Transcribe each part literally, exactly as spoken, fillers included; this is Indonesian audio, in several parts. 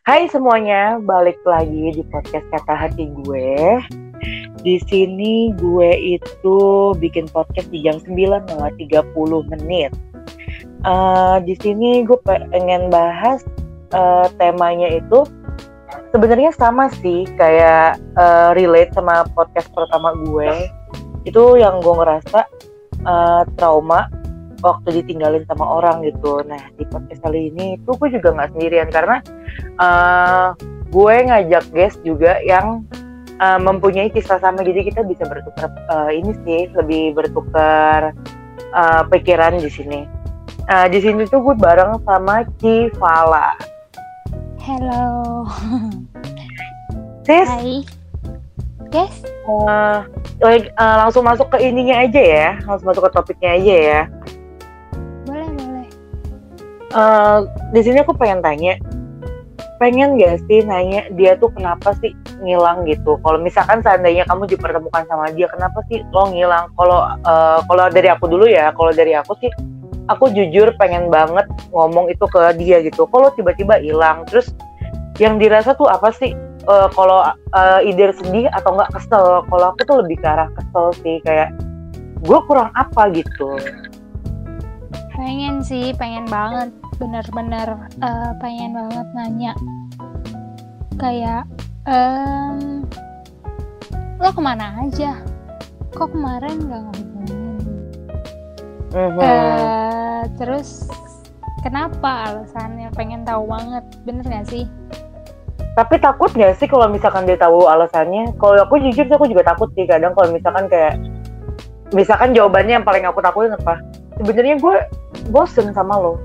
Hai semuanya, balik lagi di podcast Kata Hati gue. Di sini gue itu bikin podcast di jam sembilan lewat tiga puluh menit. Uh, di sini gue pengen bahas uh, temanya itu sebenarnya sama sih, kayak uh, relate sama podcast pertama gue. Itu yang gue ngerasa uh, trauma waktu ditinggalin sama orang gitu. Nah, di podcast kali ini tuh gue juga nggak sendirian karena uh, gue ngajak guest juga yang uh, mempunyai kisah sama. Jadi kita bisa bertukar uh, ini sih, lebih bertukar uh, pikiran di sini. Uh, di sini tuh gue bareng sama Civala. Hello. Sis. Hai. Yes. Uh, like, uh, langsung masuk ke ininya aja ya, langsung masuk ke topiknya aja ya. Boleh, boleh. Uh, di sini aku pengen tanya, pengen gak sih nanya dia tuh kenapa sih ngilang gitu? Kalau misalkan seandainya kamu dipertemukan sama dia, kenapa sih lo ngilang? Kalau uh, kalau dari aku dulu ya, kalau dari aku sih, aku jujur pengen banget ngomong itu ke dia gitu. Kalau tiba-tiba hilang, terus yang dirasa tuh apa sih? Uh, kalau uh, either sedih atau nggak kesel. Kalau aku tuh lebih ke arah kesel sih, kayak gue kurang apa gitu. Pengen sih, pengen banget, bener-bener uh, pengen banget nanya. Kayak, um, lo kemana aja? Kok kemarin gak ngomongin? Mm-hmm. Uh, terus, kenapa alasannya? Pengen tahu banget, bener gak sih? Tapi takut gak sih kalau misalkan dia tahu alasannya? Kalau aku jujur sih aku juga takut sih kadang kalau misalkan kayak, misalkan jawabannya yang paling aku takutin apa? Sebenarnya gue bosen sama lo.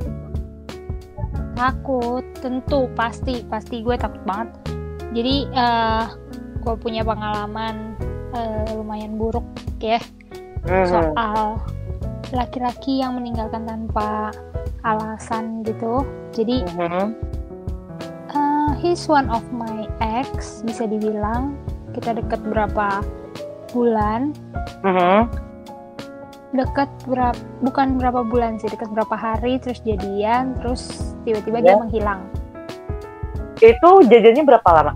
Takut, tentu, pasti, pasti gue takut banget. Jadi uh, gue punya pengalaman uh, lumayan buruk ya, mm-hmm. soal laki-laki yang meninggalkan tanpa alasan gitu. Jadi mm-hmm. uh, he's one of my ex, bisa dibilang. Kita deket berapa bulan. Mm-hmm. Deket berapa, bukan berapa bulan sih, deket berapa hari, terus jadian, terus tiba-tiba yeah. dia menghilang. Itu jadiannya berapa lama?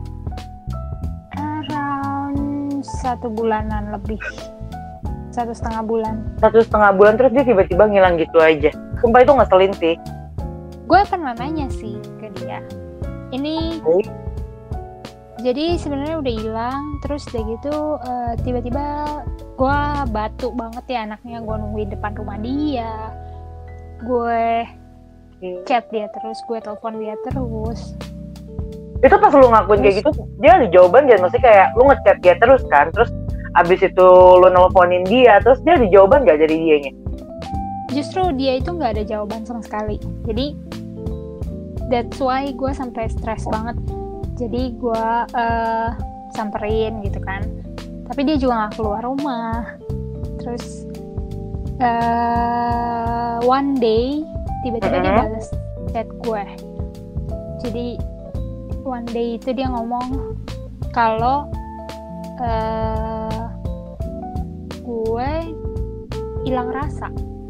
Around satu bulanan lebih, satu setengah bulan. Satu setengah bulan terus dia tiba-tiba ngilang gitu aja. Sumpah itu ngeselin sih. Gue pernah nanya sih ke dia. Ini, okay. Jadi sebenarnya udah hilang, terus udah gitu uh, tiba-tiba gue batuk banget ya anaknya, gue nungguin depan rumah dia, gue chat dia terus, gue telepon dia terus. Itu pas lu ngakuin terus, kayak gitu, dia ada jawaban gak? Maksudnya kayak lu ngechat dia terus kan, terus abis itu lu nelponin dia, terus dia ada jawaban gak dari dianya? Justru dia itu gak ada jawaban sama sekali, jadi that's why gue sampai stres banget. Jadi gue uh, samperin gitu kan, tapi dia juga gak keluar rumah. Terus uh, one day tiba-tiba mm-hmm. dia balas chat gue. Jadi one day itu dia ngomong kalau uh, gue hilang rasa.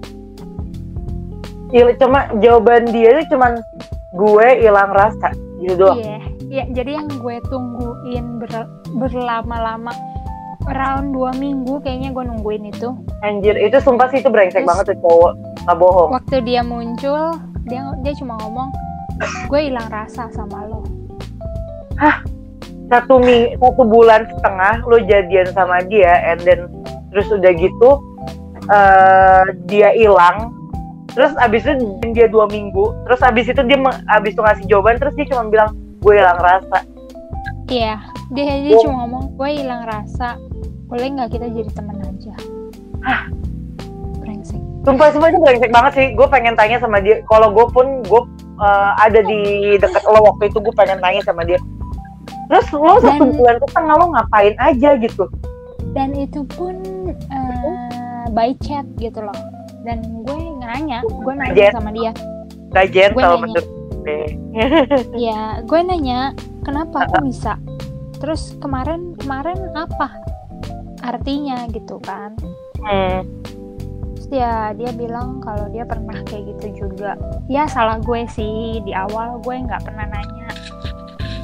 Iya, cuma jawaban dia itu cuman gue hilang rasa gitu doang. Iya, yeah. yeah, jadi yang gue tungguin ber- berlama-lama, around dua minggu kayaknya gue nungguin itu. Anjir, itu sumpah sih itu brengsek Terus, banget tuh cowok, nggak bohong. Waktu dia muncul, dia dia cuma ngomong, gue hilang rasa sama lo. Hah? Satu ming, satu bulan setengah lo jadian sama dia, and then terus udah gitu uh, dia hilang. Terus abis itu dia dua minggu, terus abis itu dia abis itu ngasih jawaban, terus dia cuma bilang gue hilang rasa. Iya, dia dia oh. cuma ngomong gue hilang rasa, boleh nggak kita jadi teman aja? Hah? Brengsek. Sumpah semua itu brengsek banget sih. Gue pengen tanya sama dia. Kalau gue pun gue uh, ada di dekat lo waktu itu, gue pengen tanya sama dia. Terus lo satu dan, bulan setengah lo ngapain aja gitu? Dan itu pun uh, by chat gitu loh. Dan gue nanya, gue nanya Jen. sama dia. Gak gentle menurut gue. Iya, gue nanya, kenapa aku bisa? Terus kemarin kemarin apa artinya gitu kan? Hmm. Terus dia dia bilang kalau dia pernah kayak gitu juga. Ya salah gue sih, di awal gue nggak pernah nanya.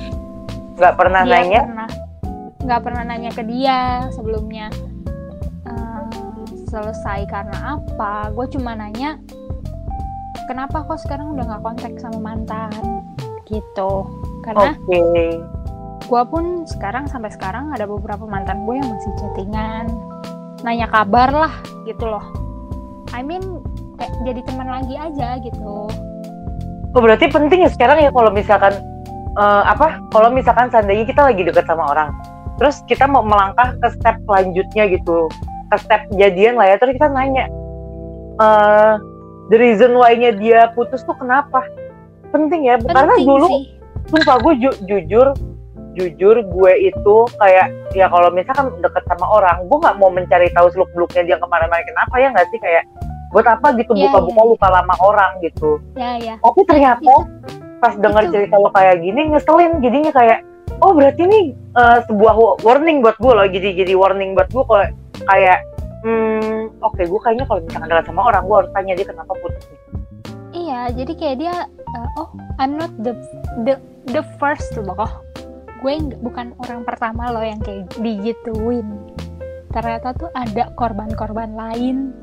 Nggak pernah dia nanya? Pernah, nggak pernah nanya ke dia sebelumnya. Uh, selesai karena apa? Gue cuma nanya, kenapa kok sekarang udah nggak kontak sama mantan? Gitu. Karena okay. gue pun sekarang sampai sekarang ada beberapa mantan gue yang masih chattingan, nanya kabar lah gitu loh. I mean kayak jadi teman lagi aja gitu. Oh berarti penting ya sekarang ya kalau misalkan uh, apa? Kalau misalkan seandainya kita lagi deket sama orang, terus kita mau melangkah ke step selanjutnya gitu, ke step jadian lah ya, terus kita nanya uh, the reason why-nya dia putus tuh kenapa? Penting ya, penting karena dulu sih. Sumpah gue ju- jujur jujur gue itu kayak ya kalau misalkan deket sama orang, gue nggak mau mencari tahu seluk beluknya dia kemarin-kemarin kenapa, ya nggak sih, kayak buat apa gitu yeah, buka-buka yeah. luka lama orang gitu. Ya yeah, yeah. Tapi ternyata itu, pas denger itu. cerita lo kayak gini ngeselin, jadinya kayak oh berarti ini uh, sebuah warning buat gue loh, jadi jadi warning buat gue kalau kayak hmm oke okay, gue kayaknya kalau misalkan deket sama orang gue harus tanya dia kenapa putus. Iya, jadi kayak dia uh, oh I'm not the the the first loh. Gue bukan orang pertama loh yang kayak digituin. Ternyata tuh ada korban-korban lain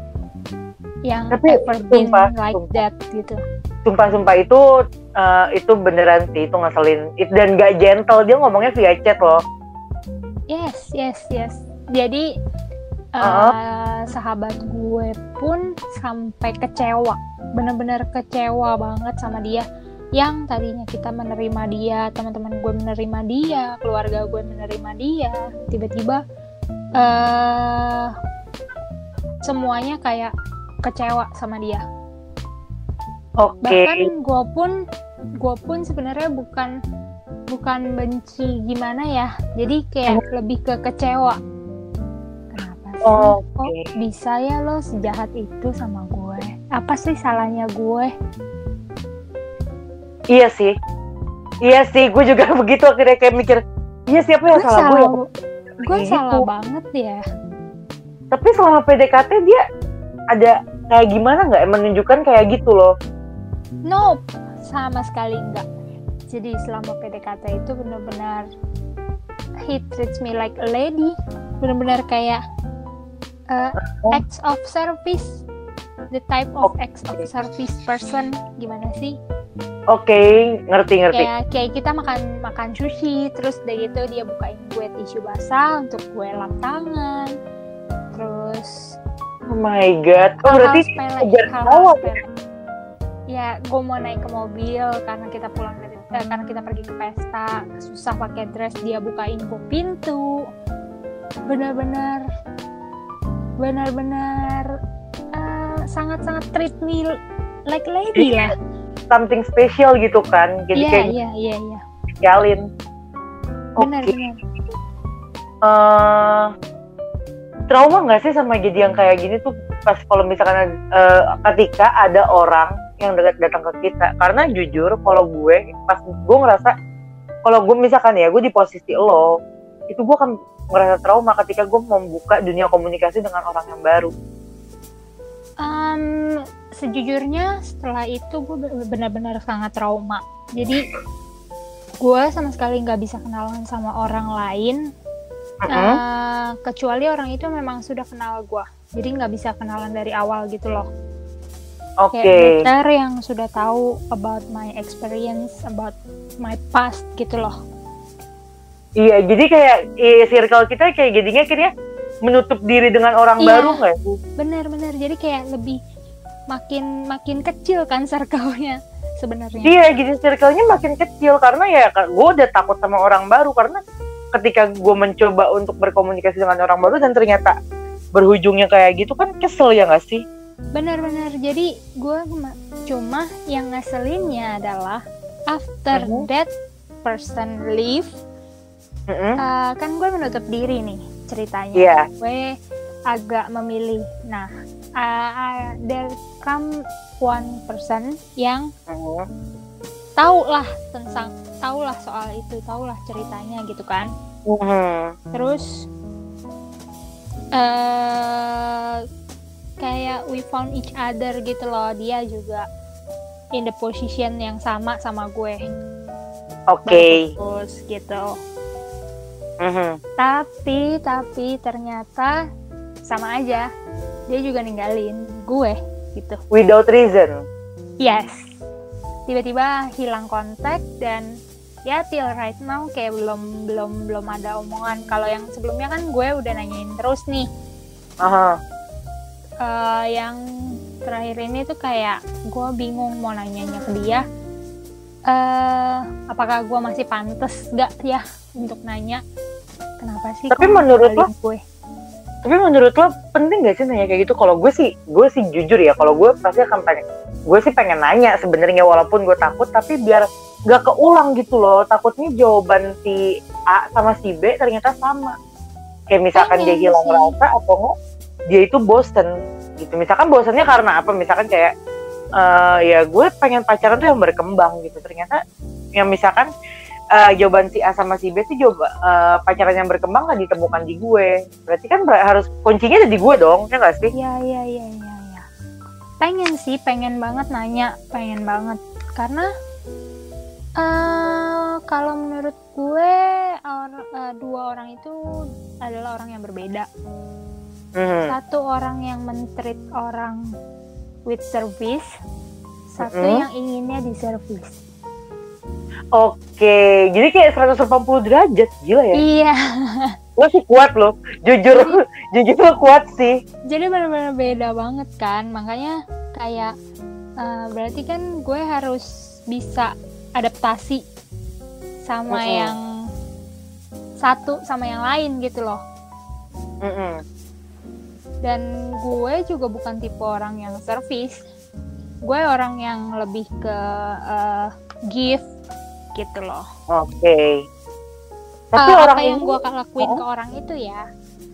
yang tapi, ever been sumpah, like sumpah. that gitu. Sumpah-sumpah itu uh, itu beneran sih, itu ngeselin. It, dan gak gentle, dia ngomongnya via chat loh. Yes, yes, yes. Jadi uh, uh. sahabat gue pun sampai kecewa, bener-bener kecewa banget sama dia. Yang tadinya kita menerima dia, teman-teman gue menerima dia, keluarga gue menerima dia, tiba-tiba uh, semuanya kayak kecewa sama dia. Oke. Okay. Bahkan gue pun, gue pun sebenarnya bukan bukan benci gimana ya, jadi kayak oh. lebih ke kecewa. Kenapa sih? Oh, okay. Kok bisa ya lo sejahat itu sama gue? Apa sih salahnya gue? Iya sih, iya sih, gue juga begitu akhirnya kayak mikir, iya siapa yang salah, salah gue? Gue gitu. Salah banget ya. Tapi selama P D K T dia ada kayak gimana nggak? Menunjukkan kayak gitu loh? Nope, sama sekali enggak. Jadi selama P D K T itu benar-benar he treats me like a lady, benar-benar kayak uh, oh. acts of service, the type of okay. acts of service person, gimana sih? Oke, okay, ngerti-ngerti. Kayak, kayak kita makan makan sushi, terus dari itu dia bukain gue tisu basah untuk gue lap tangan, terus. Oh my god, oh berarti udah tahu ya? Ya, gue mau naik ke mobil karena kita pulang dari, eh, karena kita pergi ke pesta, susah pakai dress, dia bukain gue pintu, benar-benar, benar-benar uh, sangat-sangat treat me like lady lah. Something special gitu kan, jadi yeah, kayak iya iya iya jalin. Benar-benar. Uh, trauma nggak sih sama jadi yang kayak gini tuh pas kalau misalkan uh, ketika ada orang yang datang ke kita? Karena jujur kalau gue pas gue ngerasa kalau gue misalkan ya gue di posisi lo, itu gue akan ngerasa trauma ketika gue membuka dunia komunikasi dengan orang yang baru. Um, sejujurnya setelah itu gue benar-benar sangat trauma. Jadi gue sama sekali nggak bisa kenalan sama orang lain, uh-huh. uh, kecuali orang itu memang sudah kenal gue. Jadi nggak bisa kenalan dari awal gitu loh. Oke. Okay. Kayak dokter yang sudah tahu about my experience, about my past gitu loh. Iya, jadi kayak iya, circle kita kayak jadinya akhirnya menutup diri dengan orang iya, baru nggak sih? Bener-bener, jadi kayak lebih makin makin kecil kan circle-nya sebenarnya. Iya, jadi circle-nya makin kecil karena ya gue udah takut sama orang baru, karena ketika gue mencoba untuk berkomunikasi dengan orang baru dan ternyata berujungnya kayak gitu kan kesel ya nggak sih? Bener-bener, jadi gue cuma yang ngeselinnya adalah after uh-huh. that person leave, uh-huh. uh, kan gue menutup diri nih ceritanya, yeah. gue agak memilih. Nah, uh, uh, there come one person yang uh-huh. tahu lah tentang, tahu lah soal itu, tahu lah ceritanya gitu kan. Uh-huh. Terus uh, kayak we found each other gitu loh, dia juga in the position yang sama sama gue. Oke. Okay. Putus gitu. Mm-hmm. Tapi tapi ternyata sama aja, dia juga ninggalin gue gitu. Without reason. Yes. Tiba-tiba hilang kontak dan ya till right now kayak belum belum belum ada omongan. Kalau yang sebelumnya kan gue udah nanyain terus nih. Aha. Uh, yang terakhir ini tuh kayak gue bingung mau nanyanya ke dia. Uh, apakah gue masih pantas gak ya untuk nanya? Kenapa sih? Tapi menurut lo, gue? Tapi menurut lo penting gak sih nanya kayak gitu? Kalau gue sih, gue sih jujur ya. Kalau gue pasti akan pengen. Gue sih pengen nanya sebenarnya walaupun gue takut, tapi biar gak keulang gitu loh. Takutnya jawaban si A sama si B ternyata sama. Kayak misalkan pengen dia hilang rasa atau enggak dia itu bosen gitu. Misalkan bosennya karena apa? Misalkan kayak uh, ya gue pengen pacaran tuh yang berkembang gitu. Ternyata yang misalkan uh, jawaban si A sama si B tuh jawab uh, pacaran yang berkembang gak ditemukan di gue. Berarti kan ber- harus kuncinya ada di gue dong, ya gak sih? Iya, iya, iya, iya. Pengen sih, pengen banget nanya, pengen banget. Karena uh, kalau menurut gue or- uh, dua orang itu adalah orang yang berbeda. Hmm. Satu orang yang men-treat orang with service, satu hmm. yang inginnya diservis. Oke, jadi kayak seratus delapan puluh derajat, gila ya? Iya. Lo sih kuat loh, jujur, jujur lo kuat sih. Jadi benar-benar beda banget kan, makanya kayak uh, berarti kan gue harus bisa adaptasi sama uh-uh. yang satu sama yang lain gitu loh. Uh-uh. Dan gue juga bukan tipe orang yang service, gue orang yang lebih ke uh, give gitu loh. Oke. Okay. Tapi uh, orang apa yang gue lakuin oh? ke orang itu ya.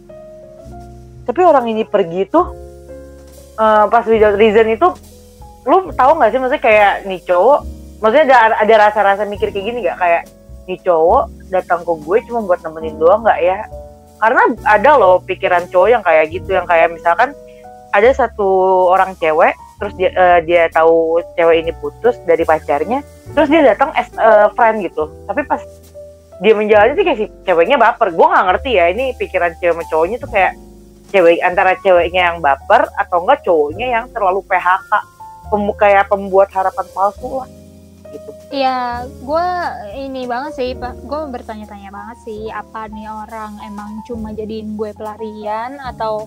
Tapi orang ini pergi tuh uh, pas without reason itu, lu tahu nggak sih maksudnya kayak nih cowok, maksudnya ada ada rasa-rasa mikir kayak gini nggak, kayak nih cowok datang ke gue cuma buat nemenin doang nggak ya? Karena ada loh pikiran cowok yang kayak gitu, yang kayak misalkan ada satu orang cewek, terus dia uh, dia tahu cewek ini putus dari pacarnya, terus dia datang as a friend gitu. Tapi pas dia menjalani sih kayak si ceweknya baper. Gue nggak ngerti ya, ini pikiran cewek sama cowoknya tuh kayak cewek antara ceweknya yang baper atau enggak cowoknya yang terlalu P H K, pem- kayak pembuat harapan palsu lah gitu. Iya, gue ini banget sih, gue bertanya-tanya banget sih, apa nih orang emang cuma jadiin gue pelarian atau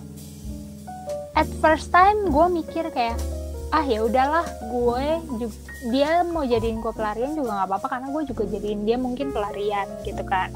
at first time gue mikir kayak ah ya udahlah, gue juga, dia mau jadiin gue pelarian juga nggak apa-apa karena gue juga jadiin dia mungkin pelarian gitu kan.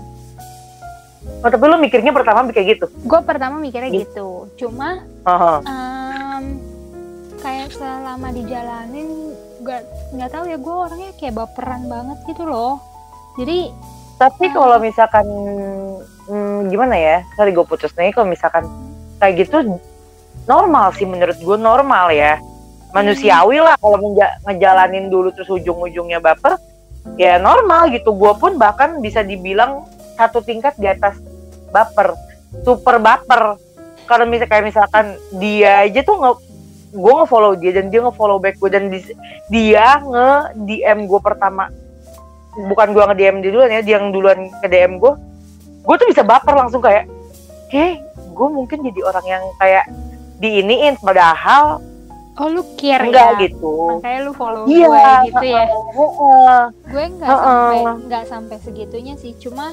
Oh, tapi lu mikirnya pertama kayak gitu? Gue pertama mikirnya gitu, gitu. Cuma uh-huh. um, kayak selama dijalanin nggak nggak tahu ya, gue orangnya kayak baperan banget gitu loh. Jadi tapi um, kalau misalkan hmm, gimana ya, sorry gue putus nih, kalau misalkan kayak gitu normal sih menurut gue, normal ya, manusiawi lah. Kalau menja- ngejalanin dulu terus ujung-ujungnya baper ya normal gitu. Gue pun bahkan bisa dibilang satu tingkat di atas baper, super baper. Kalau misalkan kayak misalkan dia aja tuh nge, gue nge-follow dia dan dia nge-follow back gue, dan di, dia nge-D M gue pertama, bukan gue nge-D M dia duluan ya, dia yang duluan ke-D M gue, gue tuh bisa baper langsung kayak, oke, gue mungkin jadi orang yang kayak diiniin, padahal oh lu care enggak ya? Gitu. Makanya lu follow iya, gue gitu ya? Uh, uh, gue nggak uh, sampai nggak sampai segitunya sih, cuma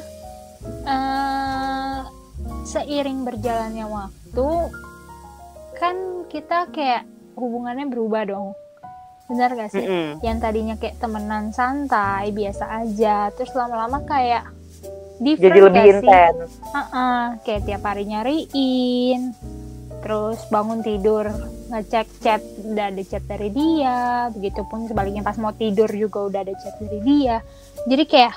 uh, seiring berjalannya waktu kan kita kayak hubungannya berubah dong, benar gak sih? Mm-hmm. Yang tadinya kayak temenan santai biasa aja, terus lama-lama kayak different, jadi lebih intens. Uh-uh, kayak tiap hari nyariin, terus bangun tidur ngecek chat udah ada chat dari dia, begitupun sebaliknya pas mau tidur juga udah ada chat dari dia. Jadi kayak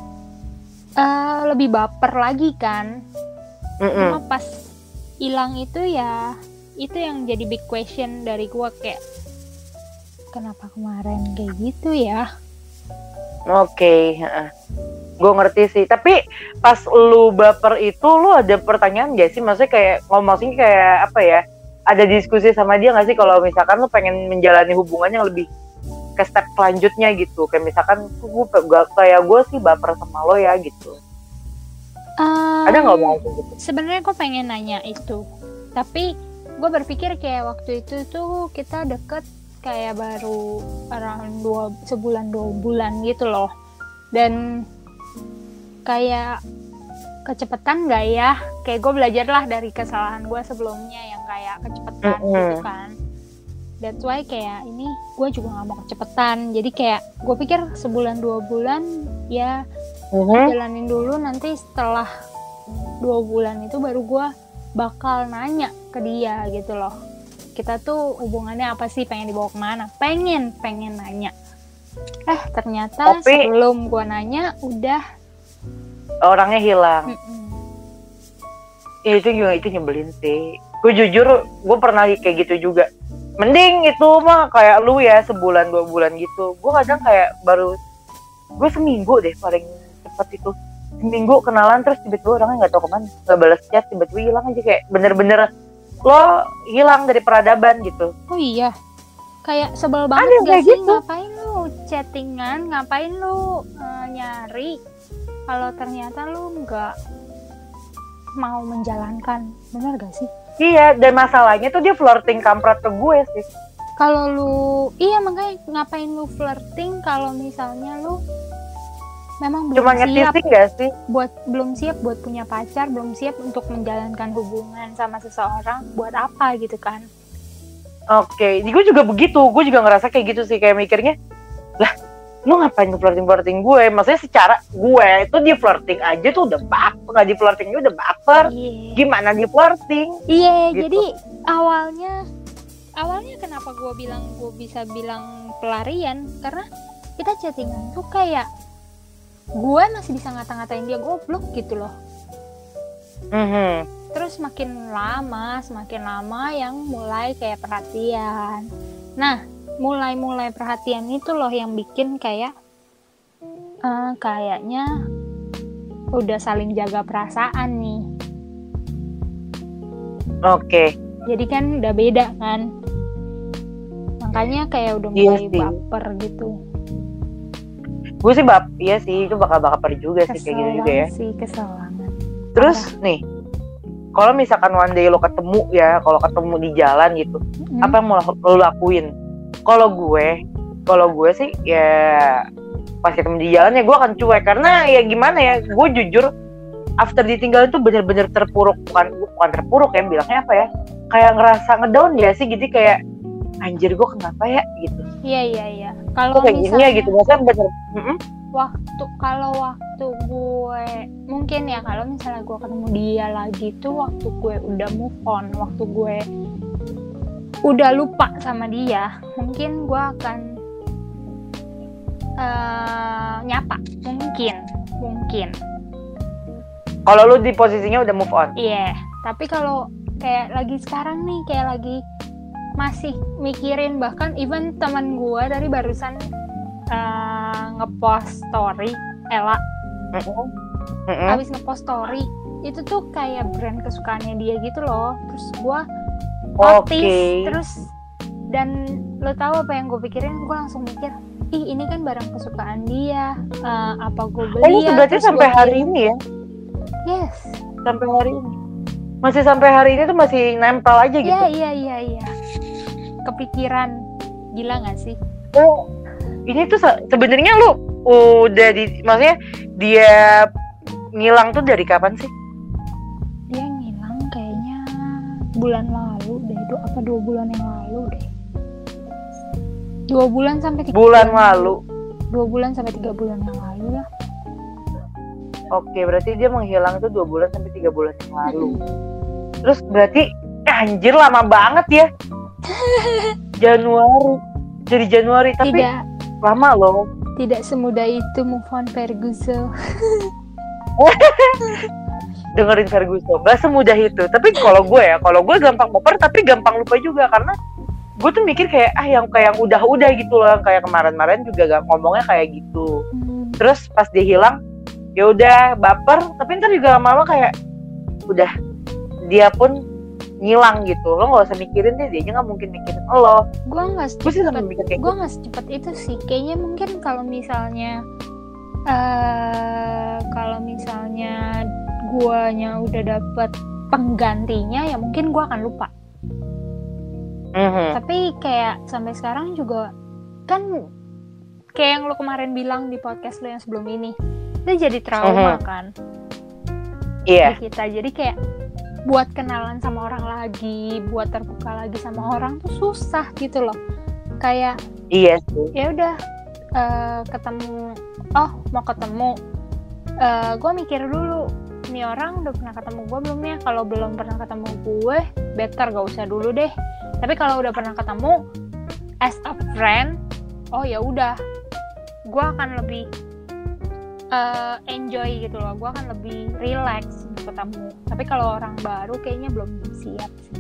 uh, lebih baper lagi kan. Mm-mm. Cuma pas hilang itu ya, itu yang jadi big question dari gue, kayak kenapa kemarin kayak gitu ya. Oke, okay. Gue ngerti sih. Tapi pas lu baper itu, lu ada pertanyaan gak sih? Maksudnya kayak ngomongnya kayak apa ya, ada diskusi sama dia gak sih kalau misalkan lu pengen menjalani hubungan yang lebih ke step selanjutnya gitu. Kayak misalkan gue gak kayak gue sih baper sama lo ya gitu. Um, Ada nggak mau gitu? Sebenarnya gue pengen nanya itu, tapi gue berpikir kayak waktu itu tuh kita deket kayak baru around dua sebulan dua bulan gitu loh, dan kayak kecepetan nggak ya? Kayak gue belajar lah dari kesalahan gue sebelumnya yang kayak kecepetan mm-hmm. gitu kan. That's why kayak ini gue juga nggak mau kecepetan. Jadi kayak gue pikir sebulan dua bulan ya mm-hmm. jalanin dulu, nanti setelah dua bulan itu baru gue bakal nanya ke dia gitu loh. Kita tuh hubungannya apa sih, pengen dibawa kemana, pengen pengen nanya. Eh ternyata Tapi, sebelum gue nanya udah orangnya hilang. Ya, itu juga itu nyebelin sih. Gue jujur gue pernah kayak gitu juga. Mending itu mah kayak lu ya sebulan dua bulan gitu. Gue kadang kayak baru gue seminggu deh paling cepat itu. Seminggu kenalan terus tiba-tiba orangnya nggak tahu kemana, nggak balas chat, tiba-tiba hilang aja, kayak bener-bener lo hilang dari peradaban gitu. Oh iya, kayak sebel banget gak sih gitu. Ngapain lu chattingan, ngapain lu uh, nyari kalau ternyata lu nggak mau menjalankan, benar gak sih? Iya, dan masalahnya tuh dia flirting kampret ke gue sih. Kalau lu, iya makanya ngapain lu flirting kalau misalnya lu memang belum Cuma siap gak sih? buat belum siap buat punya pacar, belum siap untuk menjalankan hubungan sama seseorang, buat apa gitu kan? Oke, okay. Gue juga begitu, gue juga ngerasa kayak gitu sih, kayak mikirnya, lah, lu ngapain flirting-flirting gue? Maksudnya secara gue itu di flirting aja tuh udah baper, nggak di flirtingnya udah baper, yeah. Gimana di flirting? Iya, yeah, gitu. Jadi awalnya, awalnya kenapa gue bilang gue bisa bilang pelarian, karena kita chattingan tuh kayak gue masih bisa ngata-ngatain dia goblok gitu loh. Mm-hmm. Terus makin lama, semakin lama yang mulai kayak perhatian. Nah, mulai-mulai perhatian itu loh yang bikin kayak uh, kayaknya udah saling jaga perasaan nih. Oke. Okay. Jadi kan udah beda kan. Makanya kayak udah mulai yes, baper gitu. Gue sih bap, iya sih itu bakal baper juga sih kayak gitu juga ya. Sih, kesel banget. Terus Parah. nih, kalau misalkan one day lo ketemu ya, kalau ketemu di jalan gitu, hmm. apa yang mau lo lakuin? Kalau gue, kalau gue sih ya pas ketemu di jalan ya gue akan cuek, karena ya gimana ya, gue jujur after ditinggal itu bener-bener terpuruk, bukan bukan terpuruk ya, bilangnya apa ya? Kayak ngerasa ngedown ya sih, jadi kayak anjir gue kenapa ya gitu. Iya iya iya. Kalau kayak gini ya gitu, maksudnya bener. Mm-mm. Waktu kalau waktu gue mungkin ya kalau misalnya gue ketemu dia lagi tuh waktu gue udah move on, waktu gue udah lupa sama dia, mungkin gue akan uh, nyapa, mungkin mungkin. Kalau lu di posisinya udah move on? Iya. Yeah. Tapi kalau kayak lagi sekarang nih, kayak lagi masih mikirin, bahkan even teman gue dari barusan uh, ngepost story Ella mm-hmm. Mm-hmm. habis ngepost story itu tuh kayak brand kesukaannya dia gitu loh, terus gue notice okay. Terus dan lo tahu apa yang gue pikirin, gue langsung mikir, ih ini kan barang kesukaan dia, uh, apa gue beli ya? Oh berarti sampai hari ini ya? Yes, sampai hari ini masih sampai hari ini tuh masih nempel aja gitu? Iya iya iya iya. Kepikiran, gila nggak sih? Oh, ini tuh sebenarnya lu udah di, maksudnya dia ngilang tuh dari kapan sih? Dia ngilang kayaknya bulan lalu deh, itu apa dua bulan yang lalu deh. Dua bulan sampai tiga bulan, bulan lalu. Dua bulan sampai tiga bulan yang lalu lah. Oke, berarti dia menghilang tuh dua bulan sampai tiga bulan yang lalu. Terus berarti eh, anjir lama banget ya. Januari, jadi Januari tapi tidak, lama loh. Tidak semudah itu move on Ferguson. Dengerin Ferguson, gak semudah itu. Tapi kalau gue ya, kalau gue gampang baper tapi gampang lupa juga, karena gue tuh mikir kayak ah yang kayak udah-udah gitu loh, kayak kemarin-kemarin juga gak ngomongnya kayak gitu. Hmm. Terus pas dia hilang, ya udah baper, tapi ntar juga lama-lama kayak udah dia pun ngilang gitu. Lo nggak usah mikirin deh, dia nggak mungkin mikirin lo. Gue nggak secepat gue nggak secepat itu sih. Kayaknya mungkin kalau misalnya uh, kalau misalnya guanya udah dapet penggantinya, ya mungkin gue akan lupa. Mm-hmm. Tapi kayak sampai sekarang juga kan kayak yang lo kemarin bilang di podcast lo yang sebelum ini, itu jadi trauma mm-hmm. kan. Iya. Yeah. Kita jadi kayak buat kenalan sama orang lagi, buat terbuka lagi sama orang tuh susah gitu loh. Kayak iya sih. Ya udah uh, ketemu, oh mau ketemu, uh, gue mikir dulu, nih orang udah pernah ketemu gue belum ya? Kalau belum pernah ketemu gue, better gak usah dulu deh. Tapi kalau udah pernah ketemu as a friend, oh ya udah, gue akan lebih uh, enjoy gitu loh, gue akan lebih relax ketemu. Tapi kalau orang baru kayaknya belum siap sih.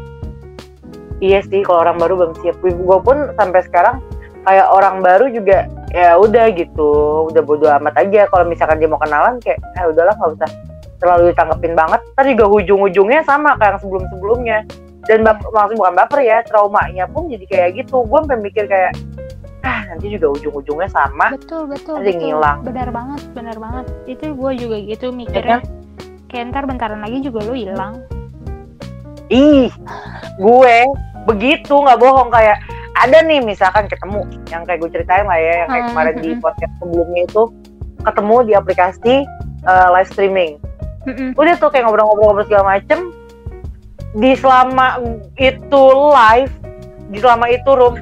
Iya sih, kalau orang baru belum siap. Gue pun sampai sekarang kayak orang baru juga ya udah gitu, udah bodo amat aja. Kalau misalkan dia mau kenalan kayak, eh udahlah nggak usah terlalu ditanggepin banget. Ntar juga ujung-ujungnya sama kayak yang sebelum-sebelumnya. Dan bap- maksud bukan baper ya, traumanya pun jadi kayak gitu. Gue sampai mikir kayak, ah nanti juga ujung-ujungnya sama. Betul betul. Nanti betul. ngilang. Benar banget, benar banget. Itu gue juga gitu mikirnya. Ya kan? Kayak ntar bentaran lagi juga lu hilang. Ih, gue begitu, nggak bohong. Kayak ada nih misalkan ketemu, yang kayak gue ceritain lah ya, yang kayak hmm, kemarin hmm. di podcast sebelumnya itu ketemu di aplikasi uh, live streaming. Hmm. Udah tuh kayak ngobrol-ngobrol segala macem. Di selama itu live, di selama itu room,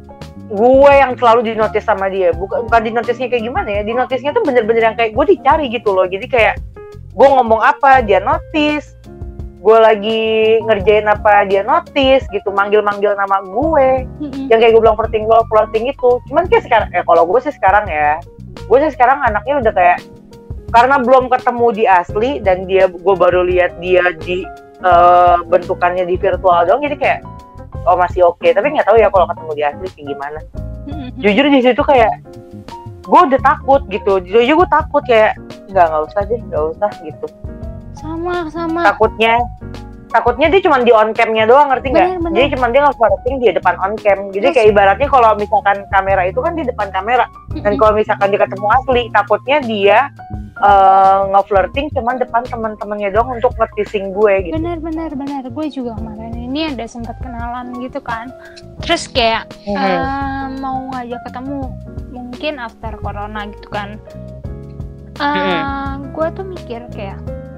gue yang selalu dinotis sama dia. Bukan, bukan dinotisnya kayak gimana ya, dinotisnya tuh bener-bener yang kayak gue dicari gitu loh. Jadi kayak gue ngomong apa dia notice, gue lagi ngerjain apa dia notice gitu, manggil-manggil nama gue, mm-hmm. yang kayak gue bilang flirting gue flirting itu. Cuman kayak sekarang, ya kalau gue sih sekarang ya, gue sih sekarang anaknya udah kayak, karena belum ketemu di asli dan dia gue baru lihat dia di uh, bentukannya di virtual doang, jadi kayak oh masih oke, okay. Tapi nggak tahu ya kalau ketemu di asli kayak gimana. Mm-hmm. Jujur di situ kayak gue udah takut gitu, jujur gue takut kayak nggak nggak usah deh, nggak usah gitu. Sama sama. Takutnya, takutnya dia cuma di on camnya doang, ngerti nggak? Jadi cuma dia nggak flirting di depan on cam. Jadi yes. Kayak ibaratnya kalau misalkan kamera itu kan di depan kamera, dan kalau misalkan dia ketemu asli, takutnya dia uh, nge-flirting cuma depan teman-temannya doang untuk nge-teasing gue gitu. Bener bener bener, gue juga kemarin ini ada sempat kenalan gitu kan. Terus kayak mm-hmm. uh, mau ngajak ketemu, mungkin after corona gitu kan. Uh, mm-hmm. Gue tuh mikir kayak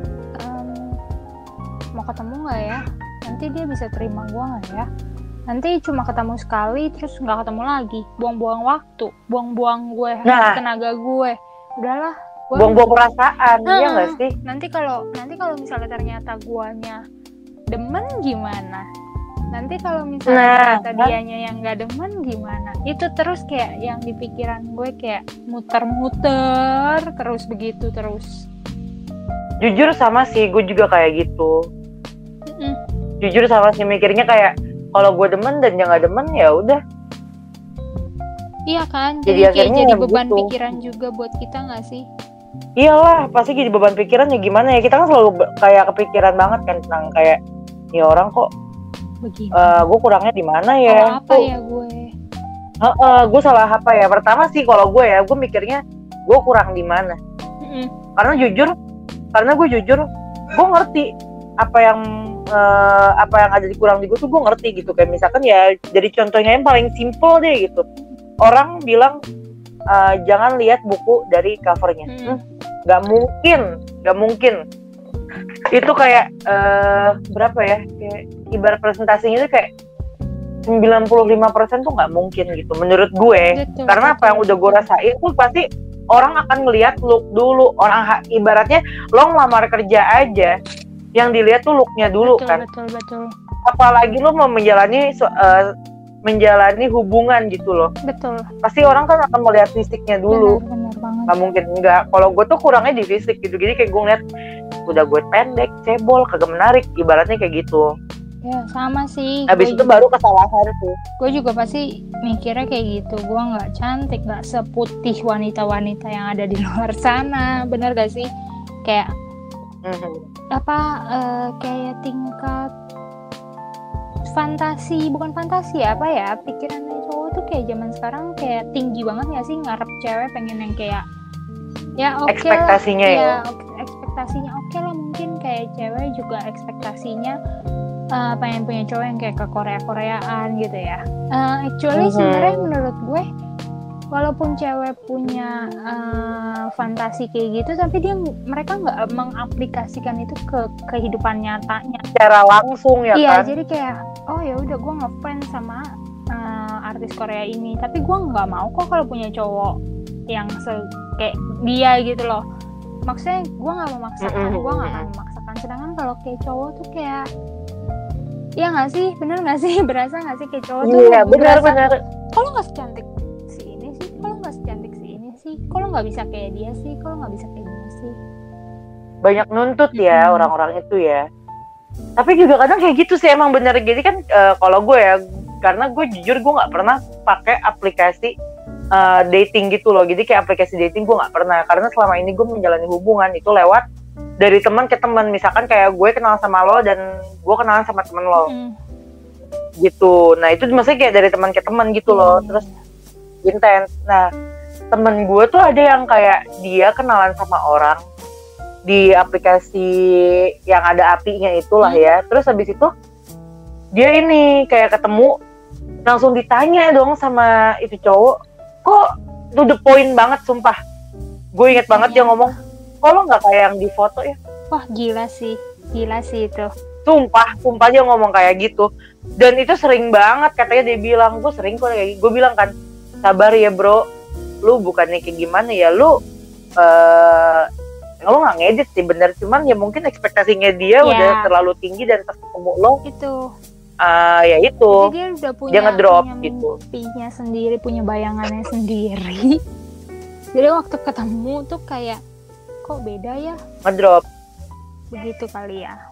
um, mau ketemu nggak ya? Nanti dia bisa terima gue nggak ya? Nanti cuma ketemu sekali terus nggak ketemu lagi, buang-buang waktu, buang-buang gue, nah. tenaga gue. Udahlah. Gua buang-buang perasaan, nah, iya nggak sih? Nanti kalau nanti kalau misalnya ternyata guanya demen gimana? Nanti kalau misalnya nah, ternyata dianya yang nggak demen gimana? Itu terus kayak yang di pikiran gue kayak muter-muter terus begitu terus. Jujur sama sih, gue juga kayak gitu. Mm-mm. Jujur sama sih, mikirnya kayak kalau gue demen dan dia nggak demen ya udah. Iya kan, jadi, jadi kayak jadi beban gitu. Pikiran juga buat kita nggak sih? Iyalah, pasti jadi beban pikiran ya gimana ya, kita kan selalu be- kayak kepikiran banget kan tentang kayak ini orang kok begini. Uh, gue kurangnya di mana ya? Salah apa ya gue? Uh, uh, gue salah apa ya? Pertama sih kalau gue ya, gue mikirnya gue kurang di mana? Mm-hmm. Karena jujur, karena gue jujur, gue ngerti apa yang uh, apa yang ada di kurang di gue tuh gue ngerti gitu. Kayak misalkan ya, jadi contohnya yang paling simple deh gitu. Orang bilang uh, jangan lihat buku dari covernya. Hmm. Gak mungkin, gak mungkin. Itu kayak uh, berapa ya? Kayak ibarat presentasinya itu kayak sembilan puluh lima persen tuh gak mungkin gitu menurut gue. Betul, karena betul. Apa yang udah gue rasain tuh pasti orang akan ngelihat look dulu. Orang ha- ibaratnya lo ngelamar kerja aja, yang dilihat tuh looknya dulu. Betul, kan. Betul, betul. Apalagi lo mau menjalani uh, menjalani hubungan gitu loh. Betul. Pasti orang kan akan melihat fisiknya dulu. Benar, benar banget. Gak mungkin enggak. Kalau gue tuh kurangnya di fisik gitu. Jadi kayak gue ngeliat udah gue pendek, cebol, kagak menarik. Ibaratnya kayak gitu. Ya sama sih. Habis itu juga, baru kesalahan tuh. Gue juga pasti mikirnya kayak gitu. Gue gak cantik, gak seputih wanita-wanita yang ada di luar sana. Bener gak sih? Kayak mm-hmm. apa uh, kayak tingkat fantasi, bukan fantasi apa ya, pikirannya cowok tuh kayak zaman sekarang kayak tinggi banget nggak sih, ngarep cewek pengen yang kayak ya oke okay ekspektasinya lah, ya, ya ekspektasinya oke okay lah, mungkin kayak cewek juga ekspektasinya uh, pengen punya cowok yang kayak ke Korea-Koreaan gitu ya. Uh, actually mm-hmm. sebenarnya menurut gue walaupun cewek punya uh, fantasi kayak gitu, tapi dia mereka nggak mengaplikasikan itu ke kehidupan nyatanya secara langsung ya iya, kan. Jadi kayak oh ya udah gue ngefans sama uh, artis Korea ini, tapi gue nggak mau kok kalau punya cowok yang se- kayak dia gitu loh. Maksudnya gue nggak memaksakan, mm-hmm. gue nggak akan memaksakan. Sedangkan kalau kayak cowok tuh kayak ya nggak sih, bener nggak sih, berasa nggak sih kayak cowok tuh iya benar-benar kalau nggak secantik kalau nggak secantik si ini sih, kalau nggak bisa kayak dia sih, kalau nggak bisa kayak dia sih. Banyak nuntut ya hmm. orang-orang itu ya. Tapi juga kadang kayak gitu sih emang bener. Jadi kan uh, kalau gue ya, karena gue jujur gue nggak pernah pakai aplikasi uh, dating gitu loh. Jadi kayak aplikasi dating gue nggak pernah. Karena selama ini gue menjalani hubungan itu lewat dari teman ke teman. Misalkan kayak gue kenal sama lo dan gue kenalan sama temen lo, hmm. gitu. Nah itu maksudnya kayak dari teman ke teman gitu loh. Hmm. Terus intens. Nah temen gue tuh ada yang kayak dia kenalan sama orang di aplikasi yang ada apinya itulah ya. Terus habis itu dia ini kayak ketemu langsung ditanya dong sama itu cowok, kok to the point banget sumpah. Gue inget banget dia ngomong, kok lo nggak kayak yang di foto ya. Wah gila sih, gila sih itu. Sumpah, sumpah dia ngomong kayak gitu. Dan itu sering banget katanya dia bilang, gue sering kok kayak gitu. Gue bilang kan, sabar ya bro, lu bukannya kayak gimana ya, lu uh, lu nggak ngedit sih bener, cuman ya mungkin ekspektasinya dia yeah. udah terlalu tinggi dan ketemu lo itu uh, ya itu jadi dia udah punya, dia ngedrop punya gitu, mimpinya sendiri, punya bayangannya sendiri. Jadi waktu ketemu tuh kayak kok beda ya, ngedrop begitu kali ya.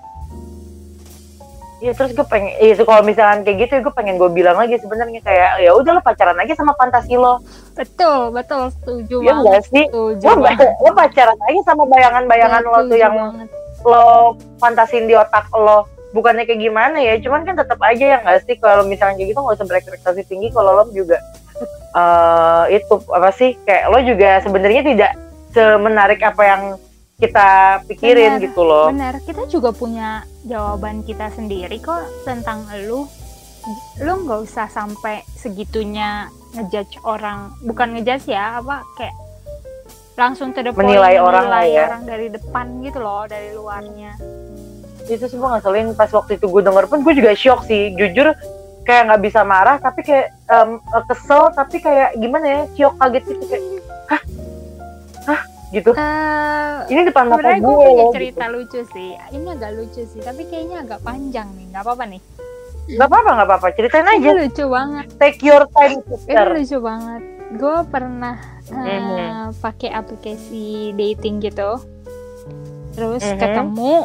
Iya terus gue pengen, iya kalau misalkan kayak gitu gue pengen gue bilang lagi sebenarnya kayak ya udah lo pacaran aja sama fantasi lo. Betul betul setuju ya banget. Sih? Setuju lo, banget. Lo pacaran aja sama bayangan-bayangan lo tuh yang banget. Lo fantasin di otak lo, bukannya kayak gimana ya, cuman kan tetap aja ya nggak sih kalau misalkan kayak gitu nggak usah berekspektasi tinggi kalau lo juga uh, itu apa sih kayak lo juga sebenarnya tidak semenarik apa yang kita pikirin. Bener, gitu loh. Benar, kita juga punya jawaban kita sendiri kok tentang elu. Lu nggak usah sampai segitunya ngejudge orang, bukan ngejudge ya, apa kayak langsung to the point menilai orang, ya. orang dari depan gitu loh, dari luarnya. Itu semua ngaselin. Pas waktu itu gue denger pun gue juga shock sih, jujur kayak nggak bisa marah tapi kayak um, kesel tapi kayak gimana ya, shock kaget gitu kayak hah hah gitu. Uh, ini depan mata gue. Gue punya cerita gitu. Lucu sih. Ini agak lucu sih, tapi kayaknya agak panjang nih. Gak apa-apa nih. Gak apa-apa, gak apa-apa. Ceritain aja. Ini lucu banget. Take your time, sister. Ini lucu banget. Gue pernah uh, mm-hmm. pakai aplikasi dating gitu. Terus mm-hmm. ketemu.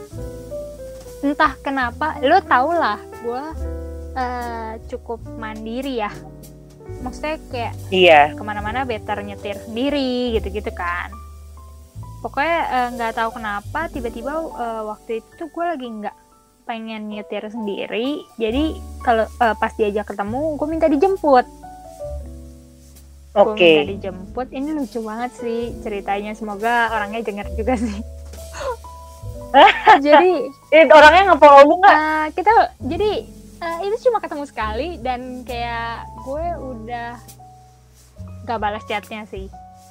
Entah kenapa, lo tau lah, gue uh, cukup mandiri ya. Maksudnya kayak iya. kemana-mana better nyetir sendiri gitu-gitu kan. Pokoknya nggak uh, tahu kenapa tiba-tiba uh, waktu itu gue lagi nggak pengen nyetir sendiri. Jadi kalau uh, pas diajak ketemu gue minta dijemput. Oke. Okay. Gue minta dijemput. Ini lucu banget sih ceritanya. Semoga orangnya denger juga sih. Jadi eh, orangnya nge-follow lu nggak? Uh, kita jadi uh, itu cuma ketemu sekali dan kayak gue udah gak balas chatnya sih.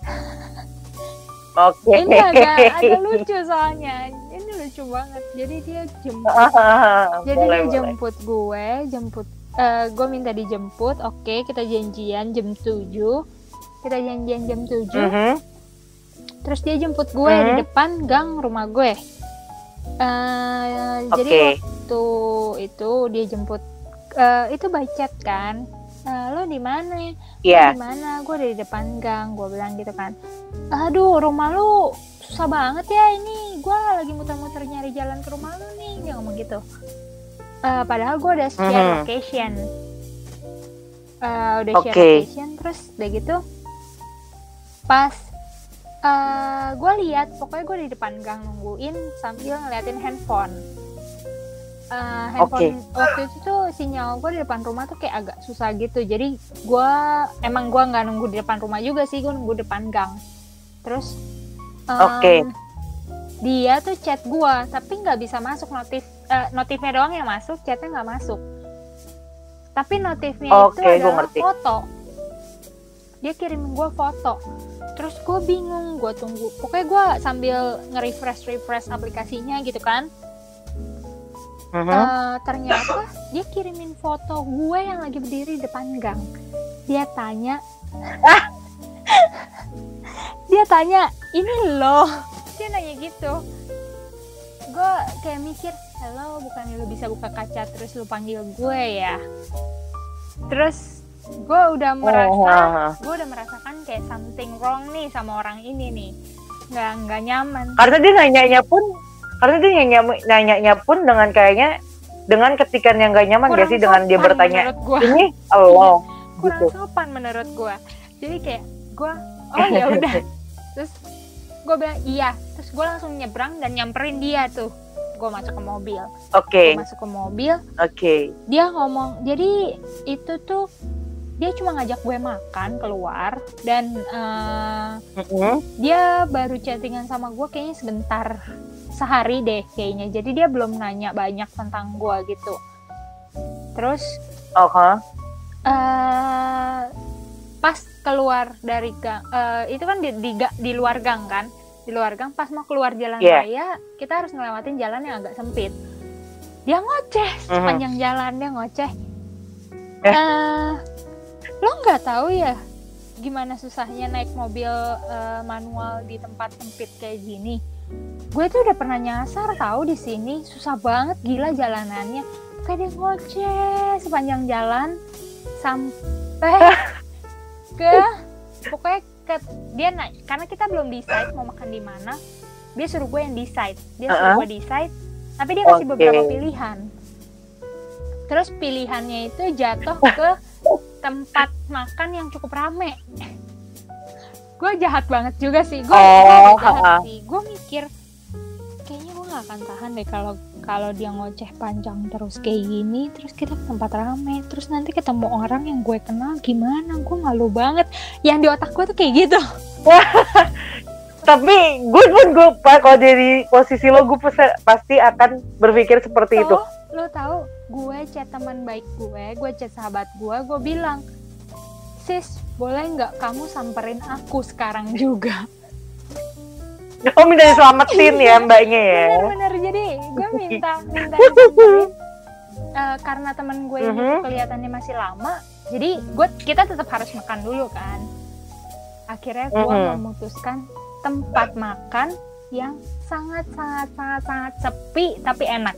Oke. Okay. Ini agak agak lucu soalnya. Ini lucu banget. Jadi dia jemput. Jadi boleh, dia jemput boleh. gue, jemput. Uh, gue minta dijemput. Oke, okay, kita janjian jam tujuh. Kita janjian jam tujuh. Mm-hmm. Terus dia jemput gue mm-hmm. di depan gang rumah gue. Uh, okay. Jadi waktu itu dia jemput. Uh, itu by chat kan. Uh, lo di mana? Iya. Di mana? Gue di depan gang. Gue bilang gitu kan. Aduh, rumah lo susah banget ya ini. Gue lagi muter-muter nyari jalan ke rumah lo nih. Dia ngomong gitu. Uh, padahal gue udah share mm-hmm. location. Uh, udah okay. share location. Terus udah gitu. Pas uh, gue lihat, pokoknya gue di depan gang nungguin sambil ngeliatin handphone. uh, handphone okay. waktu itu tuh sinyal gue di depan rumah tuh kayak agak susah gitu. Jadi gue emang gue nggak nunggu di depan rumah juga sih, gue nunggu depan gang. Terus um, oke okay. dia tuh chat gue tapi nggak bisa masuk notif, uh, notifnya doang yang masuk, chatnya nggak masuk. Tapi notifnya okay, itu adalah foto. Dia kirimin gue foto. Terus gue bingung, gue tunggu. Pokoknya gue sambil nge-refresh refresh aplikasinya gitu kan. Uh-huh. Uh, ternyata dia kirimin foto gue yang lagi berdiri depan gang. Dia tanya, dia tanya, ini loh. Dia nanya gitu. Gue kayak mikir, halo, bukannya lu bisa buka kaca terus lu panggil gue ya? Terus gue udah merasa, oh. gue udah merasakan kayak something wrong nih sama orang ini nih, nggak nggak nyaman. Karena dia nanyanya pun, karena dia nanya nanyanya pun dengan kayaknya dengan ketikan yang nggak nyaman gak sih, dengan dia bertanya ini Allah kurang gitu. sopan menurut gue. Jadi kayak gue, oh ya udah. Terus gue bilang iya, terus gue langsung nyebrang dan nyamperin dia tuh. Gue masuk ke mobil. Oke. Okay. Gue masuk ke mobil. Oke. Okay. Dia ngomong, jadi itu tuh dia cuma ngajak gue makan keluar dan uh, uh-huh. dia baru chattingan sama gue kayaknya sebentar, sehari deh kayaknya. Jadi dia belum nanya banyak tentang gue gitu. Terus, uh-huh. uh, pas keluar dari gang, uh, itu kan di, di di luar gang kan, di luar gang. Pas mau keluar jalan yeah. raya, kita harus ngelewatin jalan yang agak sempit. Dia ngoceh uh-huh. sepanjang jalan, dia ngoceh. Eh. Uh, Lo nggak tahu ya gimana susahnya naik mobil uh, manual di tempat sempit kayak gini? Gue tuh udah pernah nyasar tahu di sini, susah banget gila jalanannya. Kayak dia ngoceh sepanjang jalan sampai ke pokoknya ke dia naik, karena kita belum decide mau makan di mana. Dia suruh gue yang decide, dia suruh uh-huh. gue decide, tapi dia kasih okay. beberapa pilihan. Terus pilihannya itu jatuh ke tempat makan yang cukup rame. Gue jahat banget juga sih. Gue oh, jahat sih. Gue mikir kayaknya gue gak akan tahan deh kalau kalau dia ngoceh panjang terus kayak gini. Terus kita ke tempat rame, terus nanti ketemu orang yang gue kenal gimana? Gue malu banget. Yang di otak gue tuh kayak gitu. Tapi gue pun gue kalau dari posisi lo, gue pasti akan berpikir seperti so, itu. Lo tahu, gue chat teman baik gue, gue chat sahabat gue, gue bilang, sis, boleh nggak kamu samperin aku sekarang juga? Oh, minta diselamatin ya mbaknya ya? Bener-bener, jadi gue minta minta disamperin uh, karena teman gue ini uh-huh. kelihatannya masih lama, jadi gue kita tetap harus makan dulu kan. Akhirnya gue uh-huh. memutuskan tempat makan yang sangat sangat sangat sangat sepi tapi enak.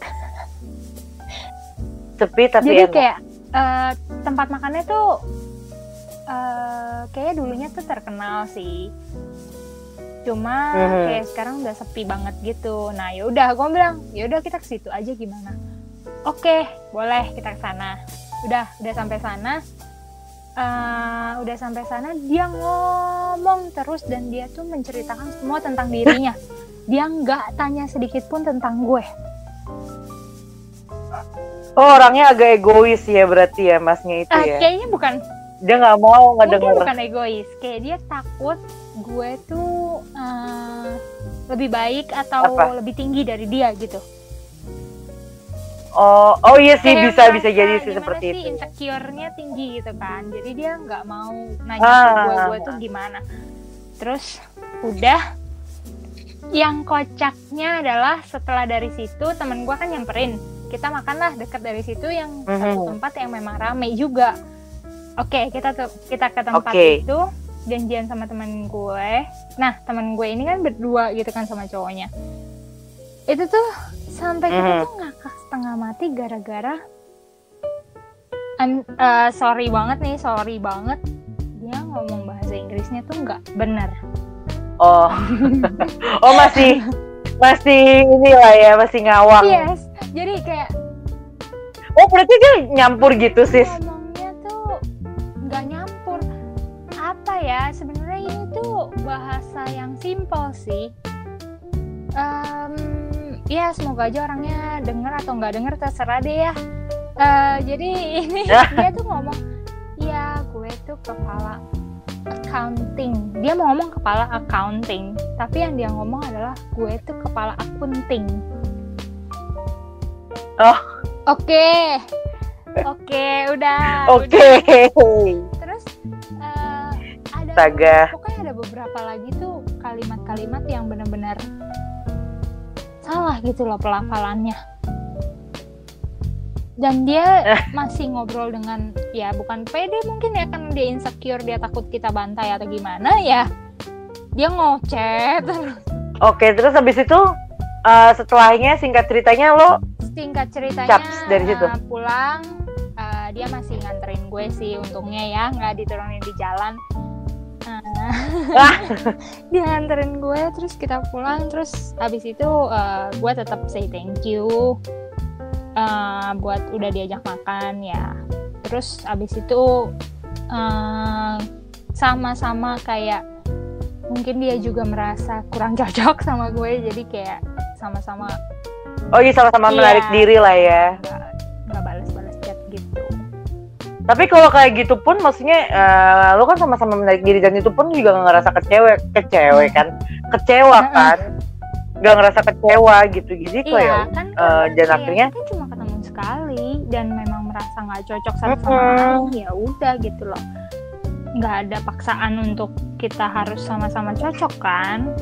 Sepi tapi jadi enak. kayak uh, tempat makannya tuh uh, kayaknya dulunya tuh terkenal sih, cuma mm-hmm. kayak sekarang udah sepi banget gitu. Nah ya udah, gue bilang ya udah kita ke situ aja gimana? Oke, boleh kita ke sana. Udah udah sampai sana, uh, udah sampai sana dia ngomong terus dan dia tuh menceritakan semua tentang dirinya. Dia nggak tanya sedikit pun tentang gue. Oh, orangnya agak egois ya berarti ya masnya itu uh, ya? Kayaknya bukan. Dia nggak mau ngedenger. Mungkin bukan egois. Kayak dia takut gue tuh uh, lebih baik atau Apa? lebih tinggi dari dia gitu. Oh, oh iya sih, kayak bisa bisa jadi sih seperti sih, itu. Insecure-nya tinggi gitu kan. Jadi dia nggak mau nanya ah. ke gue gue tuh gimana. Terus udah, yang kocaknya adalah setelah dari situ temen gue kan nyamperin. Kita makanlah dekat dari situ yang mm-hmm. satu tempat yang memang rame juga. Oke, okay, kita tuh kita ke tempat okay. itu, janjian sama temen gue. Nah, temen gue ini kan berdua gitu kan sama cowoknya. Itu tuh sampai mm-hmm. kita tuh ngakak setengah mati gara-gara I'm, uh, sorry banget nih, sorry banget. Dia ngomong bahasa Inggrisnya tuh nggak benar. Oh, oh masih masih inilah ya, masih ngawang. Yes. Jadi kayak, oh berarti dia nyampur gitu sis? Ngomongnya tuh nggak nyampur. Apa ya? Sebenarnya ini tuh bahasa yang simple sih. Um, ya semoga aja orangnya denger atau nggak denger terserah deh ya. Uh, jadi ini dia tuh ngomong, ya gue tuh kepala accounting. Dia mau ngomong kepala accounting, tapi yang dia ngomong adalah gue tuh kepala akunting. Oh, oke, okay. oke, okay, udah. Oke. Okay. Terus uh, ada, Saga. pokoknya ada beberapa lagi tuh kalimat-kalimat yang benar-benar salah gitu loh pelafalannya. Dan dia masih ngobrol dengan, ya bukan pede mungkin ya, kan dia insecure, dia takut kita bantai atau gimana ya. Dia ngocet. Oke, terus habis itu uh, setelahnya singkat ceritanya lo singkat ceritanya caps dari situ. Uh, pulang, uh, dia masih nganterin gue sih untungnya ya, nggak diturunin di jalan. Uh, dia nganterin gue, terus kita pulang, terus habis itu uh, gue tetap say thank you. Uh, buat udah diajak makan ya. Terus abis itu uh, sama-sama kayak mungkin dia juga merasa kurang cocok sama gue, jadi kayak sama-sama oh iya sama-sama iya, menarik diri lah ya, nggak balas-balas chat gitu. Tapi kalau kayak gitu pun maksudnya uh, lo kan sama-sama menarik diri, dan itu pun juga nggak ngerasa kecewa kecewa kan kecewa kan nggak ngerasa kecewa gitu, jadi kayak iya, kan, uh, dan iya, akhirnya kita cuma ketemu sekali dan memang merasa nggak cocok satu sama lain, ya udah gitu loh, nggak ada paksaan untuk kita harus sama-sama cocok kan.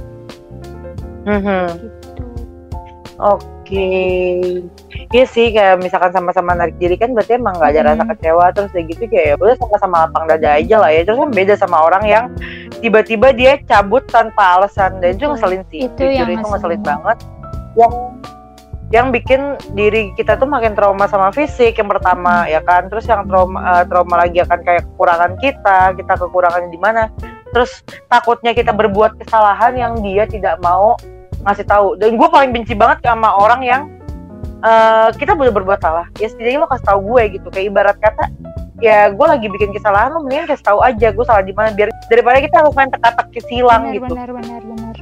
Mm-hmm. Gitu. Oke, okay. Iya sih, kayak misalkan sama-sama narik diri kan berarti emang nggak ada hmm. rasa kecewa, terus kayak gitu kayak udah sama-sama lapang dada aja lah ya. Terus kan beda sama orang yang tiba-tiba dia cabut tanpa alasan, dan itu ngeselin sih. Itu jujur itu ngeselin banget. Yang yang bikin diri kita tuh makin trauma sama fisik yang pertama ya kan, terus yang trauma uh, trauma lagi akan kayak kekurangan kita, kita kekurangannya di mana, terus takutnya kita berbuat kesalahan yang dia tidak mau ngasih tahu. Dan gue paling benci banget sama orang yang uh, kita boleh berbuat salah, ya setidaknya lo kasih tahu gue gitu, kayak ibarat kata ya gue lagi bikin kesalahan, lo mendingan kasih tahu aja gue salah di mana, biar daripada kita harus main teka-teki silang benar, gitu. Benar benar benar.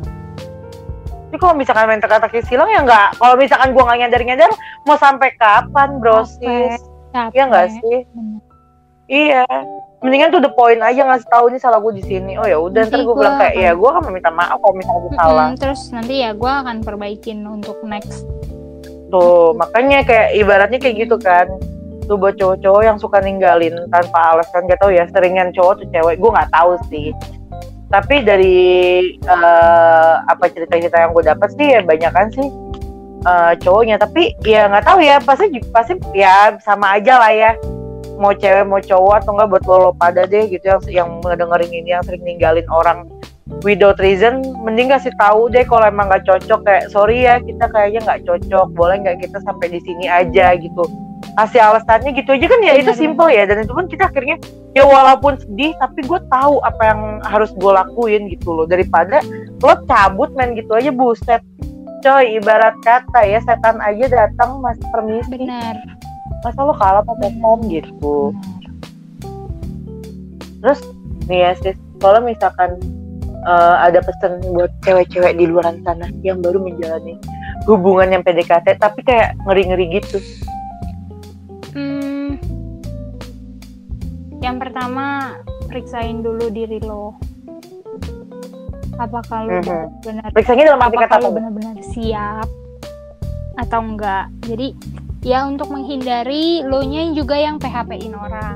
Tapi kalau misalkan main teka-teki silang ya nggak, kalau misalkan gue nggak nyadar-nyadar mau sampai kapan bro sis? Iya nggak sih? Bener. Iya, mendingan tuh the point aja ngasih tahu ini salah gue di sini. Oh ya udah, ntar gue bilang kayak ya gue akan meminta maaf kalau misalnya gue salah. Mm-hmm, terus nanti ya gue akan perbaikin untuk next. Tuh makanya kayak ibaratnya kayak gitu kan. Tuh buat cowok-cowok yang suka ninggalin tanpa alasan, gak tau ya, seringan cowok tuh cewek, gue nggak tahu sih. Tapi dari uh, apa cerita-cerita yang gue dapat sih ya banyak kan sih uh, cowoknya. Tapi ya nggak tahu ya, pasti pasti ya sama aja lah ya. Mau cewek mau cowok atau enggak, buat lo pada deh gitu yang yang ngedengerin ini, yang sering ninggalin orang without reason, mending kasih tahu deh kalau emang nggak cocok, kayak sorry ya kita kayaknya nggak cocok, boleh nggak kita sampai di sini aja gitu, kasih alasannya gitu aja kan ya. Benar, itu simple ya, dan itu pun kita akhirnya ya walaupun sedih tapi gue tahu apa yang harus gue lakuin gitu loh, daripada lo cabut main gitu aja. Buset coy, ibarat kata ya setan aja datang mas permisi. Benar. Masa lo kalah pakai phone gitu. Terus nih ya sis, kalau misalkan uh, ada pesan buat cewek-cewek di luar sana yang baru menjalani hubungan yang P D K T tapi kayak ngeri-ngeri gitu. Hmm, yang pertama periksain dulu diri lo. Apakah lo mm-hmm. benar? Periksain dalam arti kata apa? Benar-benar siap atau enggak? Jadi ya untuk menghindari lo nya juga yang P H P-in orang.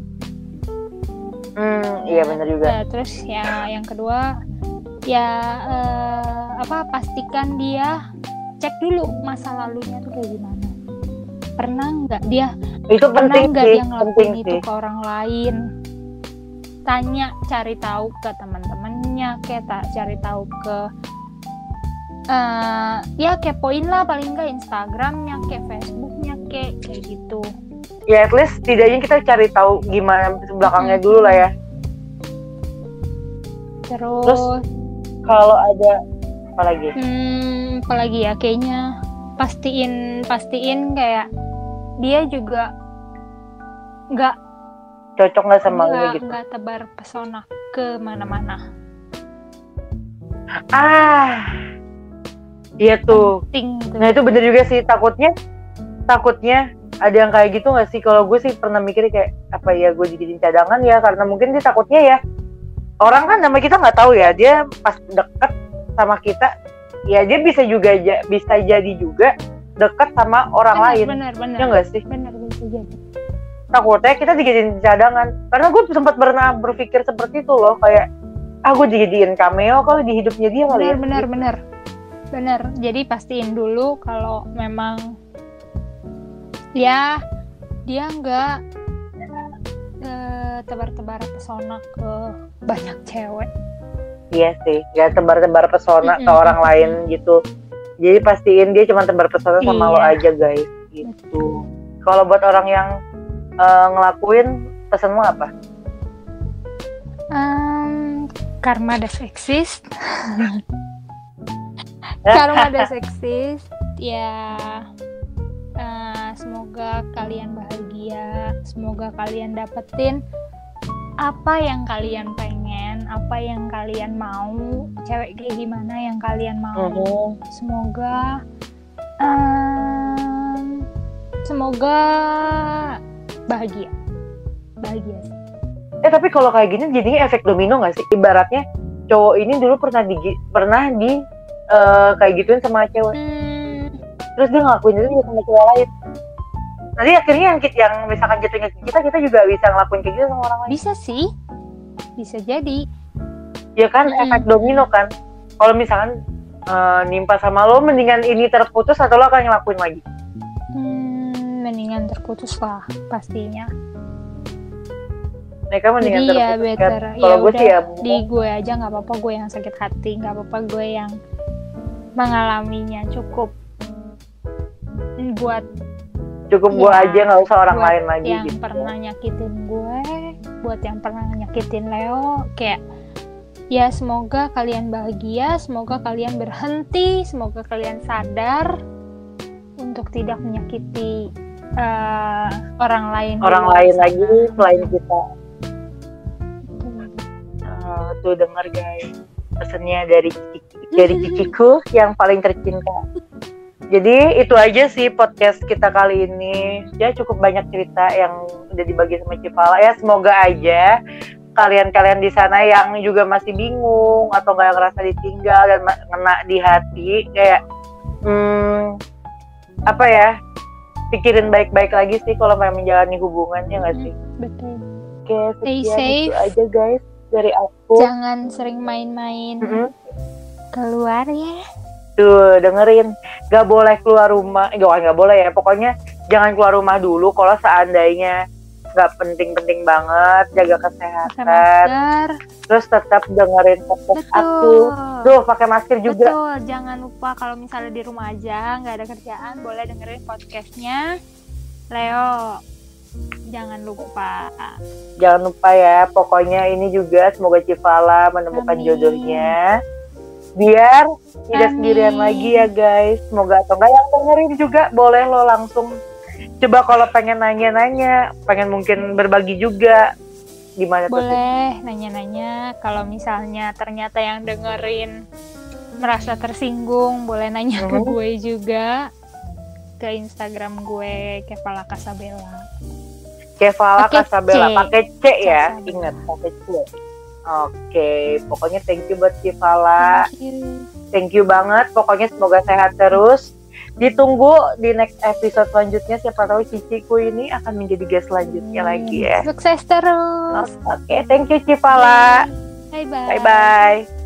Hmm, iya benar juga. Nah, terus ya yang kedua ya eh, apa pastikan dia cek dulu masa lalunya tuh kayak gimana. Pernah nggak dia? Itu pernah penting nggak sih. Dia ngelakuin itu sih. ke orang lain? Tanya, cari tahu ke teman-temannya, kayak tak cari tahu ke Uh, ya kepoin lah paling nggak Instagramnya, kayak Facebooknya, kayak kayak gitu. Ya at least setidaknya kita cari tahu gimana belakangnya hmm. dulu lah ya. Terus, Terus kalau ada apa lagi? Hmm, apa lagi ya? Kayaknya pastiin pastiin kayak dia juga nggak cocok nggak sama lu gitu. Nggak tebar pesona ke mana-mana. Ah. Iya tuh. Penting gitu. Nah itu bener juga sih, takutnya takutnya ada yang kayak gitu nggak sih? Kalau gue sih pernah mikir kayak apa ya gue dijadiin cadangan ya, karena mungkin dia takutnya ya orang kan nama kita nggak tahu ya, dia pas deket sama kita ya dia bisa juga bisa jadi juga deket sama orang benar, lain. Benar benar. Ya nggak sih? Benar bisa jadi. Takutnya kita dijadiin cadangan, karena gue sempat pernah berpikir seperti itu loh, kayak ah gue dijadiin cameo kalau di hidupnya dia kali ya. Benar benar benar. Jadi pastiin dulu kalau memang ya dia nggak uh, tebar-tebar pesona ke banyak cewek. Iya sih, nggak tebar-tebar pesona mm-hmm. ke orang lain gitu. Jadi pastiin dia cuma tebar pesona sama iya. lo aja guys gitu. Kalau buat orang yang uh, ngelakuin, pesanmu apa? Um, karma does exist. Karma does exist. Ya, uh, semoga kalian bahagia. Semoga kalian dapetin apa yang kalian pengen, apa yang kalian mau, cewek kayak gimana yang kalian mau. Uh-huh. Semoga, um, semoga bahagia, bahagia sih. Eh tapi kalau kayak gini jadinya efek domino nggak sih? Ibaratnya cowok ini dulu pernah di pernah di uh, kayak gituin sama cewek, hmm. terus dia ngelakuin itu sama cewek lain. Nanti akhirnya yang, yang misalkan jatuhnya kita, kita juga bisa ngelakuin kayak gitu sama orang lain. Bisa sih, bisa jadi. Ya kan, hmm. efek domino kan. Kalau misalkan uh, nimpa sama lo, mendingan ini terputus atau lo akan ngelakuin lagi? Hmm, mendingan terputus lah, pastinya. Mereka mendingan jadi terputus ya better. Kan? Kalau ya gue sih ya di gue aja, nggak apa-apa gue yang sakit hati, nggak apa-apa gue yang mengalaminya. Cukup buat cukup ya, gue aja, nggak usah orang lain lagi yang gitu. Pernah nyakitin gue, buat yang pernah nyakitin Leo, kayak ya semoga kalian bahagia, semoga kalian berhenti, semoga kalian sadar untuk tidak menyakiti uh, orang lain orang lain sana. Lagi selain kita. Uh, tuh denger guys, pesennya dari dari ciciku yang paling tercinta. Jadi itu aja sih podcast kita kali ini. Ya cukup banyak cerita yang udah dibagi sama Cipala. Ya semoga aja kalian-kalian di sana yang juga masih bingung atau nggak ngerasa ditinggal dan ngena di hati, kayak hmm, apa ya, pikirin baik-baik lagi sih kalau mau menjalani hubungannya nggak sih? Betul. Oke, stay sekian safe. Itu aja guys dari aku. Jangan sering main-main mm-hmm. keluar ya. Tuh dengerin, gak boleh keluar rumah, eh, gak, gak boleh ya, pokoknya jangan keluar rumah dulu kalau seandainya gak penting-penting banget, jaga kesehatan, terus tetap dengerin podcast aku, tuh pakai masker juga. Betul, jangan lupa kalau misalnya di rumah aja gak ada kerjaan, boleh dengerin podcastnya Leo, jangan lupa. Jangan lupa ya, pokoknya ini juga semoga Cipala menemukan Amin. Jodohnya. Biar tidak sendirian lagi ya guys. Semoga atau enggak yang dengerin juga boleh lo langsung coba kalau pengen nanya-nanya, pengen mungkin berbagi juga gimana tuh? Boleh nanya-nanya. Kalau misalnya ternyata yang dengerin merasa tersinggung, boleh nanya mm-hmm. ke gue juga ke Instagram gue Kevala Kasabella. Kevala Kasabella pakai C ya, ingat pakai C. Oke, pokoknya thank you buat Cipala. Thank you. Thank you banget. Pokoknya semoga sehat terus. Ditunggu di next episode selanjutnya. Siapa tahu Ciciku ini akan menjadi guest selanjutnya hmm. lagi ya. Sukses terus. Oke, okay, thank you Cipala. Bye bye. Bye bye.